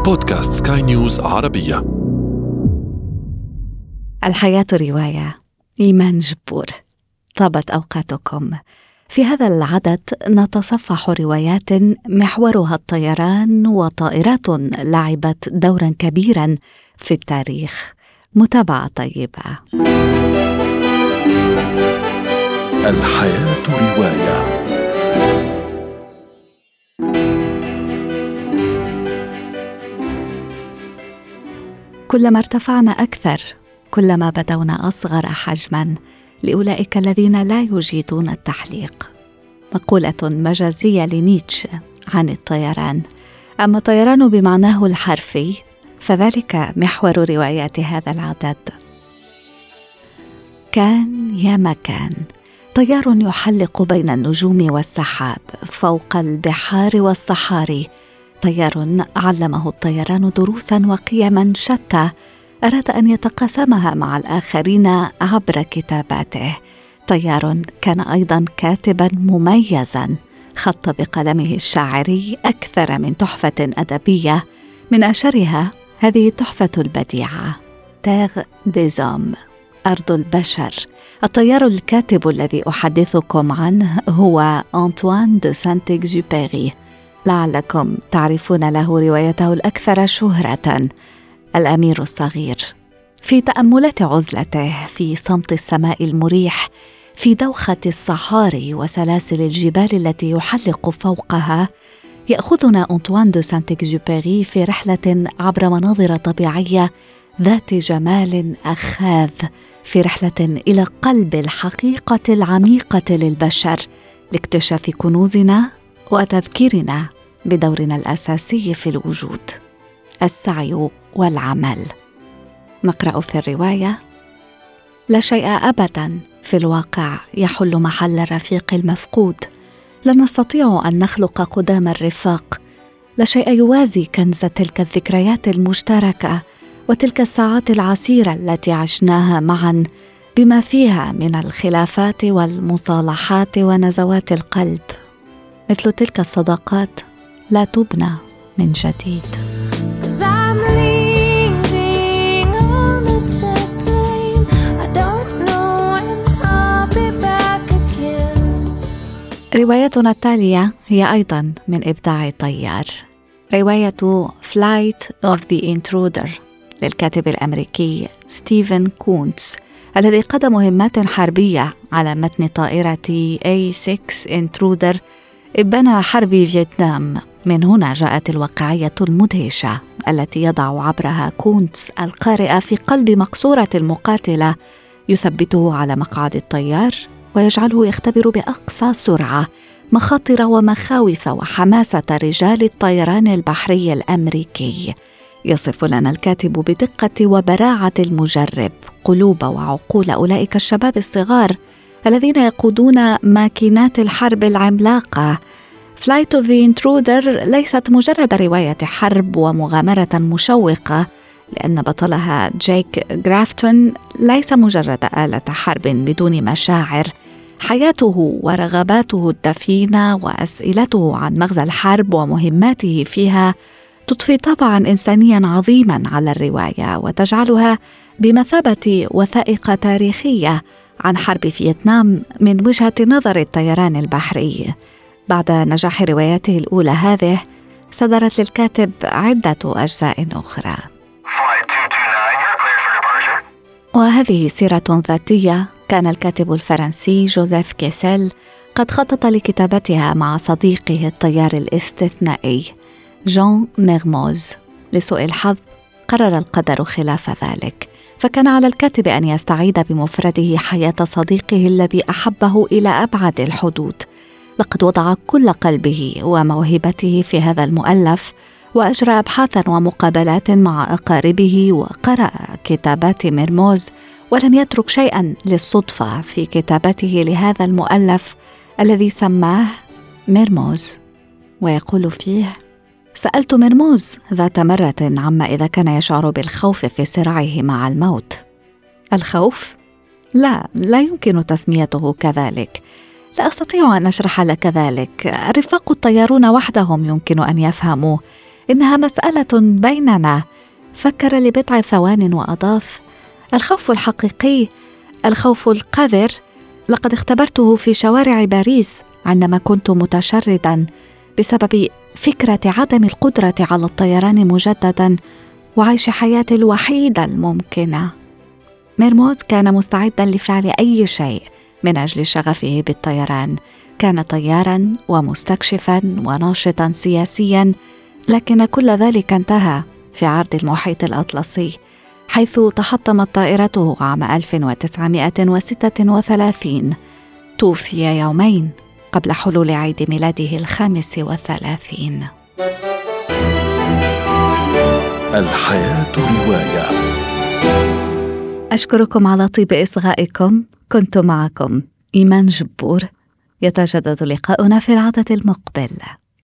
بودكاست سكاي نيوز عربية. الحياة رواية. إيمان جبور. طابت أوقاتكم. في هذا العدد نتصفح روايات محورها الطيران وطائرات لعبت دورا كبيرا في التاريخ. متابعة طيبة. الحياة رواية. كلما ارتفعنا أكثر، كلما بدونا أصغر حجماً لأولئك الذين لا يجيدون التحليق. مقولة مجازية لنيتشه عن الطيران. أما الطيران بمعناه الحرفي فذلك محور روايات هذا العدد. كان يا مكان، طيار يحلق بين النجوم والسحاب، فوق البحار والصحاري. طيار علمه الطيران دروساً وقيماً شتى، أراد أن يتقاسمها مع الآخرين عبر كتاباته. طيار كان أيضاً كاتباً مميزاً، خط بقلمه الشاعري أكثر من تحفة أدبية، من أشهرها هذه التحفة البديعة تيغ دي زوم، أرض البشر. الطيار الكاتب الذي أحدثكم عنه هو أنطوان دو سانت-إكزوبيري. لعلكم تعرفون له روايته الأكثر شهرة، الأمير الصغير. في تأملات عزلته، في صمت السماء المريح، في دوخة الصحاري وسلاسل الجبال التي يحلق فوقها، يأخذنا أنطوان دو سانت-إكزوبيري في رحلة عبر مناظر طبيعية ذات جمال أخاذ، في رحلة إلى قلب الحقيقة العميقة للبشر، لاكتشاف كنوزنا وتذكيرنا بدورنا الأساسي في الوجود، السعي والعمل. نقرأ في الرواية: لا شيء أبداً في الواقع يحل محل الرفيق المفقود. لا نستطيع أن نخلق قدام الرفاق. لا شيء يوازي كنز تلك الذكريات المشتركة وتلك الساعات العسيرة التي عشناها معاً، بما فيها من الخلافات والمصالحات ونزوات القلب. مثل تلك الصداقات لا تبنى من جديد. روايتنا التالية هي أيضاً من إبداع طيار، رواية Flight of the Intruder للكاتب الأمريكي ستيفن كونتز، الذي قاد مهمات حربية على متن طائرة A6 Intruder إبان حرب فيتنام. من هنا جاءت الواقعية المدهشة التي يضع عبرها كونتز القارئ في قلب مقصورة المقاتلة، يثبته على مقعد الطيار ويجعله يختبر بأقصى سرعة مخاطر ومخاوف وحماسة رجال الطيران البحري الأمريكي. يصف لنا الكاتب بدقة وبراعة المجرب قلوب وعقول أولئك الشباب الصغار الذين يقودون ماكينات الحرب العملاقة. Flight of the Intruder ليست مجرد رواية حرب ومغامرة مشوقة، لأن بطلها جيك غرافتون ليس مجرد آلة حرب بدون مشاعر. حياته ورغباته الدفينة وأسئلته عن مغزى الحرب ومهماته فيها تضفي طابعاً إنسانياً عظيماً على الرواية، وتجعلها بمثابة وثائق تاريخية عن حرب فيتنام من وجهة نظر الطيران البحري. بعد نجاح روايته الأولى هذه، صدرت للكاتب عدة أجزاء أخرى. وهذه سيرة ذاتية كان الكاتب الفرنسي جوزيف كيسيل قد خطط لكتابتها مع صديقه الطيار الاستثنائي جان ميرموز. لسوء الحظ قرر القدر خلاف ذلك، فكان على الكاتب أن يستعيد بمفرده حياة صديقه الذي أحبه إلى أبعد الحدود. لقد وضع كل قلبه وموهبته في هذا المؤلف، وأجرى أبحاثاً ومقابلات مع أقاربه، وقرأ كتابات ميرموز، ولم يترك شيئاً للصدفة في كتابته لهذا المؤلف الذي سماه ميرموز. ويقول فيه: سألت ميرموز ذات مرة عما إذا كان يشعر بالخوف في صراعه مع الموت. الخوف؟ لا يمكن تسميته كذلك. لا أستطيع أن أشرح لك ذلك. الرفاق الطيارون وحدهم يمكن أن يفهموا. إنها مسألة بيننا. فكر لبضع ثوان وأضاف: الخوف الحقيقي، الخوف القذر، لقد اختبرته في شوارع باريس عندما كنت متشردا بسبب فكرة عدم القدرة على الطيران مجددا وعيش حياتي الوحيدة الممكنة. ميرموت كان مستعدا لفعل أي شيء من أجل شغفه بالطيران. كان طيارا ومستكشفا وناشطا سياسيا، لكن كل ذلك انتهى في عرض المحيط الأطلسي، حيث تحطمت طائرته عام 1936. توفي يومين قبل حلول عيد ميلاده 35. الحياة رواية. أشكركم على طيب إصغائكم. كنت معكم إيمان جبور. يتجدد لقاؤنا في العدد المقبل.